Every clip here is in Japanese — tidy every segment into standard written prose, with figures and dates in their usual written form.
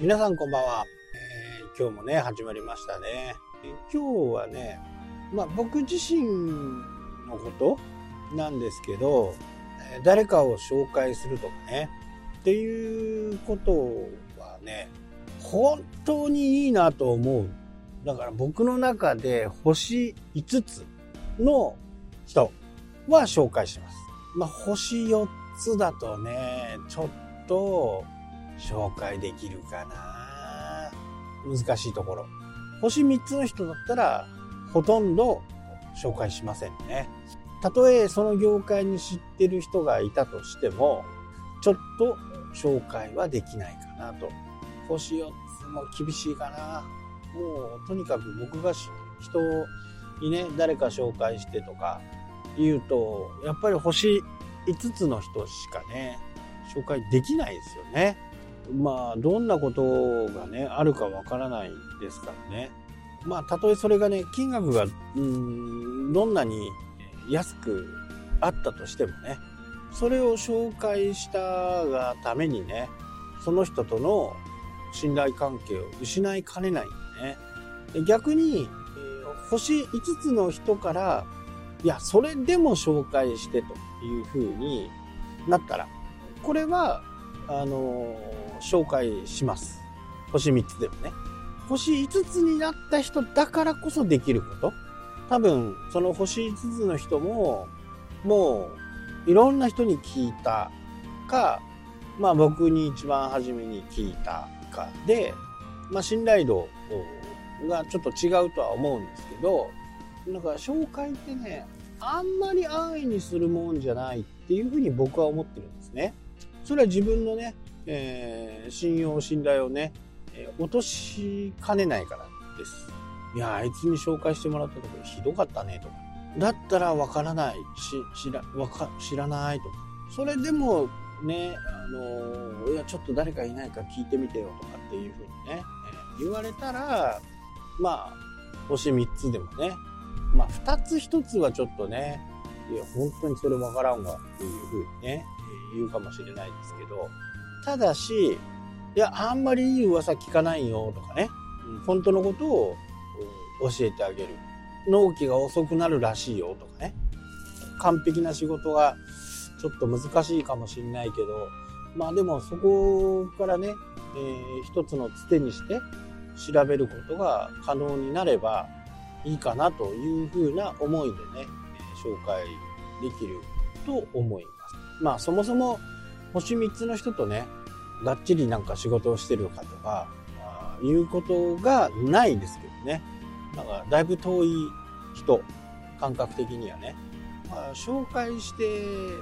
皆さんこんばんは。今日もね始まりましたね。今日はね、僕自身のことなんですけど、誰かを紹介するとかねっていうことはね、本当にいいなと思う。だから僕の中で星5つの人は紹介します。星4つだとね、ちょっと紹介できるかな。難しいところ。星3つの人だったらほとんど紹介しませんね。たとえその業界に知ってる人がいたとしても、ちょっと紹介はできないかなと。星4つも厳しいかな。もうとにかく僕が人にね、誰か紹介してとか言うと、やっぱり星5つの人しかね、紹介できないですよね。どんなことがねあるかわからないですからね。たとえそれがね、金額がどんなに安くあったとしてもね、それを紹介したがためにね、その人との信頼関係を失いかねないんでね。逆に星5つの人から、いやそれでも紹介してという風になったら、これは紹介します。星3つでもね。星5つになった人だからこそできること。多分その星5つの人ももういろんな人に聞いたか、僕に一番初めに聞いたかで、信頼度がちょっと違うとは思うんですけど、なんか紹介ってね、あんまり安易にするもんじゃないっていうふうに僕は思ってるんですね。それは自分のね、信頼をね、落としかねないからです。いや、あいつに紹介してもらったところひどかったねとか、だったらわからない知らないとか、それでもね、いやちょっと誰かいないか聞いてみてよとかっていうふうにね、言われたら、星3つでもね、2つ1つはちょっとね、いや本当にそれわからんわっていうふうにね言うかもしれないですけど、ただし、いやあんまりいい噂聞かないよとかね、本当のことを教えてあげる。納期が遅くなるらしいよとかね、完璧な仕事がちょっと難しいかもしれないけど、でもそこからね、一つのつてにして調べることが可能になればいいかなというふうな思いでね、紹介できると思います。そもそも星3つの人とね、がっちりなんか仕事をしてるかとか、いうことがないですけどね。だいぶ遠い人、感覚的にはね。紹介して、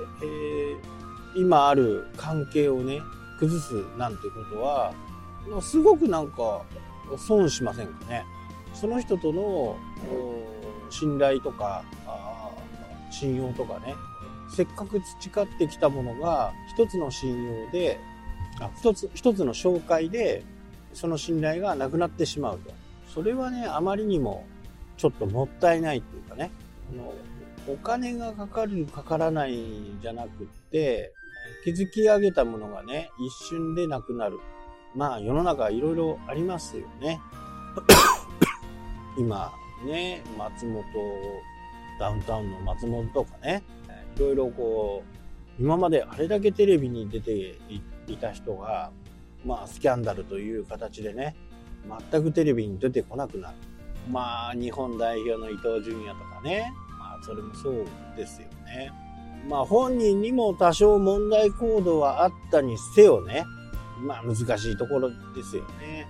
今ある関係をね、崩すなんてことは、すごくなんか損しませんかね。その人との信頼とか信用とかね、せっかく培ってきたものが一つの信用で、一つの紹介でその信頼がなくなってしまうと。それはね、あまりにもちょっともったいないっていうかね、お金がかかるかからないじゃなくって、築き上げたものがね、一瞬でなくなる。世の中いろいろありますよね。今ね、ダウンタウンの松本とかね、いろいろこう、今まであれだけテレビに出ていた人が、スキャンダルという形でね、全くテレビに出てこなくなる。日本代表の伊東純也とかね、それもそうですよね。本人にも多少問題行動はあったにせよね、難しいところですよね。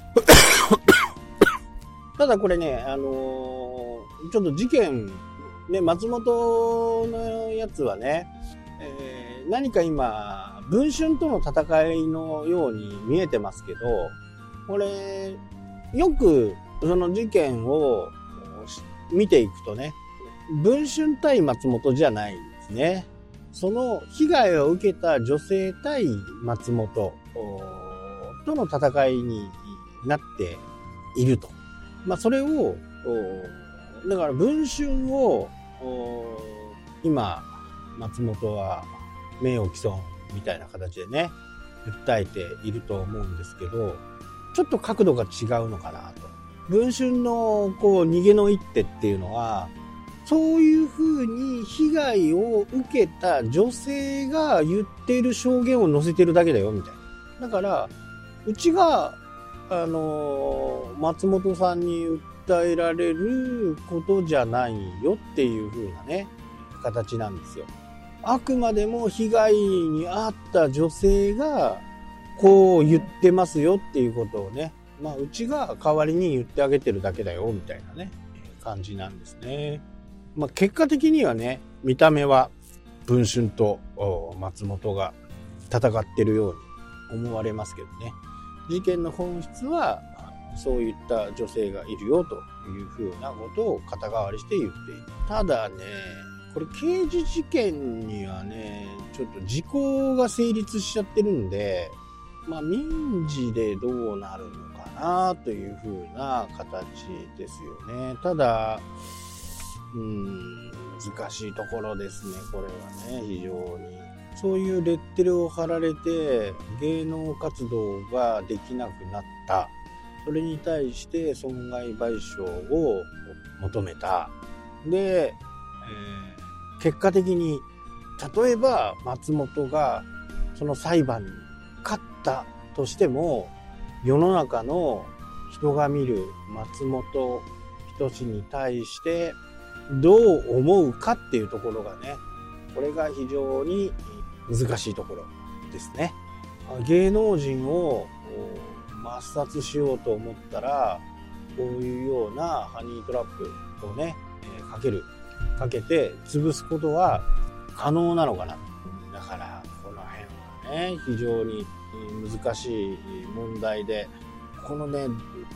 ただこれね、ちょっと事件、ね、松本のやつはね、何か今、文春との戦いのように見えてますけど、これ、よくその事件を見ていくとね、文春対松本じゃないんですね。その被害を受けた女性対松本との戦いになっていると。それを、だから文春を今松本は名誉毀損みたいな形でね、 訴えていると思うんですけど、ちょっと角度が違うのかなと。文春の逃げの一手っていうのは、そういうふうに被害を受けた女性が言っている証言を載せてるだけだよみたいな。だからうちが松本さんに訴えられることじゃないよっていうふうなね形なんですよ。あくまでも被害に遭った女性がこう言ってますよっていうことをね、うちが代わりに言ってあげてるだけだよみたいなね感じなんですね。結果的にはね、見た目は文春と松本が戦ってるように思われますけどね、事件の本質はそういった女性がいるよというふうなことを肩代わりして言っている。ただね、これ刑事事件にはねちょっと時効が成立しちゃってるんで、民事でどうなるのかなというふうな形ですよね。ただ難しいところですね、これはね。非常にそういうレッテルを貼られて芸能活動ができなくなった、それに対して損害賠償を求めた。で、結果的に例えば松本がその裁判に勝ったとしても、世の中の人が見る松本人志に対してどう思うかっていうところがね、これが非常に難しいところですね。芸能人を抹殺しようと思ったら、こういうようなハニートラップをねかけて潰すことは可能なのかな。だからこの辺はね非常に難しい問題で、このね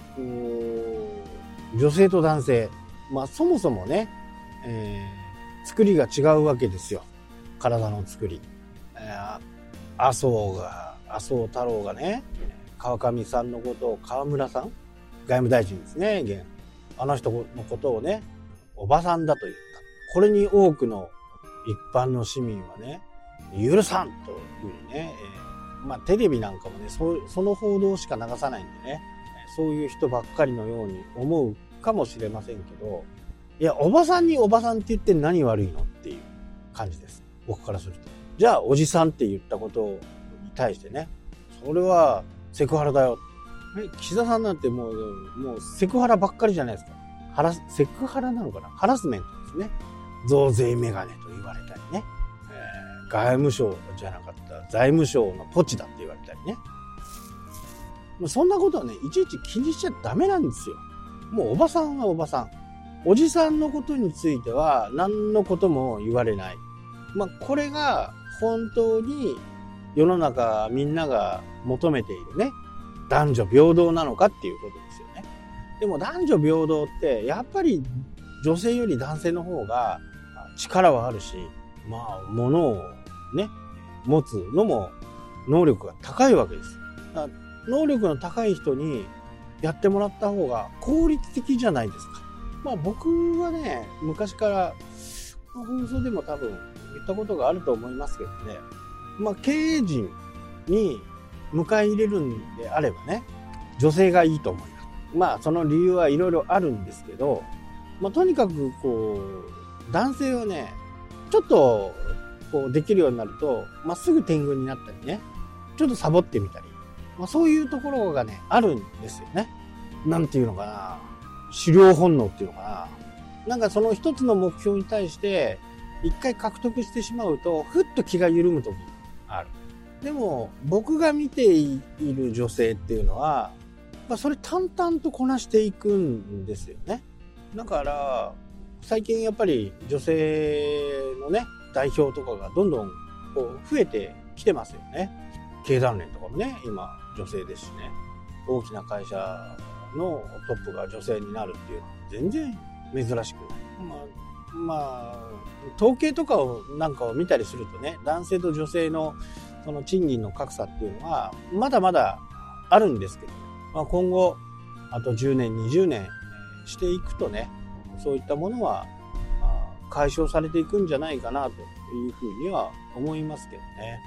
女性と男性、そもそもね、作りが違うわけですよ。体の作り、麻生太郎がね川上さんのことを川村さん、外務大臣ですね、あの人のことをねおばさんだと言った。これに多くの一般の市民はね許さんというふうにね、テレビなんかもねその報道しか流さないんでね、そういう人ばっかりのように思うかもしれませんけど、いや、おばさんにおばさんって言って何悪いのっていう感じです、僕からすると。じゃあおじさんって言ったことに対してね、それはセクハラだよ。岸田さんなんてもうセクハラばっかりじゃないですか。セクハラなのかな、ハラスメントですね。増税メガネと言われたりね、外務省じゃなかった財務省のポチだって言われたりね。そんなことはねいちいち気にしちゃダメなんですよ。もうおばさんはおばさん、おじさんのことについては何のことも言われない。これが本当に世の中みんなが求めているね男女平等なのかっていうことですよね。でも男女平等ってやっぱり女性より男性の方が力はあるし、物をね持つのも能力が高いわけです。能力の高い人にやってもらった方が効率的じゃないですか。僕はね昔から放送でも多分言ったことがあると思いますけどね、経営陣に迎え入れるんであればね女性がいいと思います。その理由はいろいろあるんですけど、とにかく男性はねちょっとできるようになるとすぐ天狗になったりね、ちょっとサボってみたり、そういうところがねあるんですよね。なんていうのかな、狩猟本能っていうのかな、なんかその一つの目標に対して一回獲得してしまうとふっと気が緩む時がある。でも僕が見ている女性っていうのは、それ淡々とこなしていくんですよね。だから最近やっぱり女性のね代表とかがどんどん増えてきてますよね。経団連とかもね今女性ですしね、大きな会社のトップが女性になるっていうのは全然珍しくない。統計とかなんかを見たりするとね、男性と女性のその賃金の格差っていうのはまだまだあるんですけど、今後あと10年20年していくとね、そういったものは解消されていくんじゃないかなというふうには思いますけどね。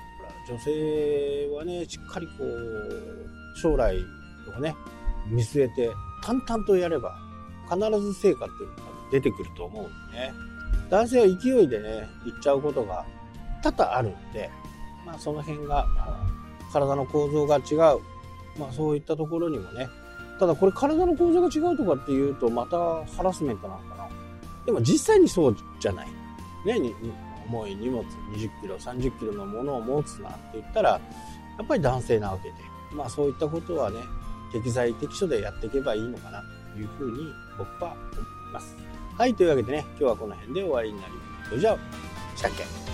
女性はね、しっかりこう、将来をね、見据えて淡々とやれば、必ず成果っていうのが出てくると思うんでね。男性は勢いでね、いっちゃうことが多々あるんで、その辺が、体の構造が違う。そういったところにもね、ただこれ体の構造が違うとかっていうと、またハラスメントなのかな。でも実際にそうじゃない。ね、重い荷物、20キロ、30キロのものを持つなんて言ったら、やっぱり男性なわけで、そういったことはね、適材適所でやっていけばいいのかなというふうに僕は思います。はい、というわけでね、今日はこの辺で終わりになります。それじゃあ、したっけ。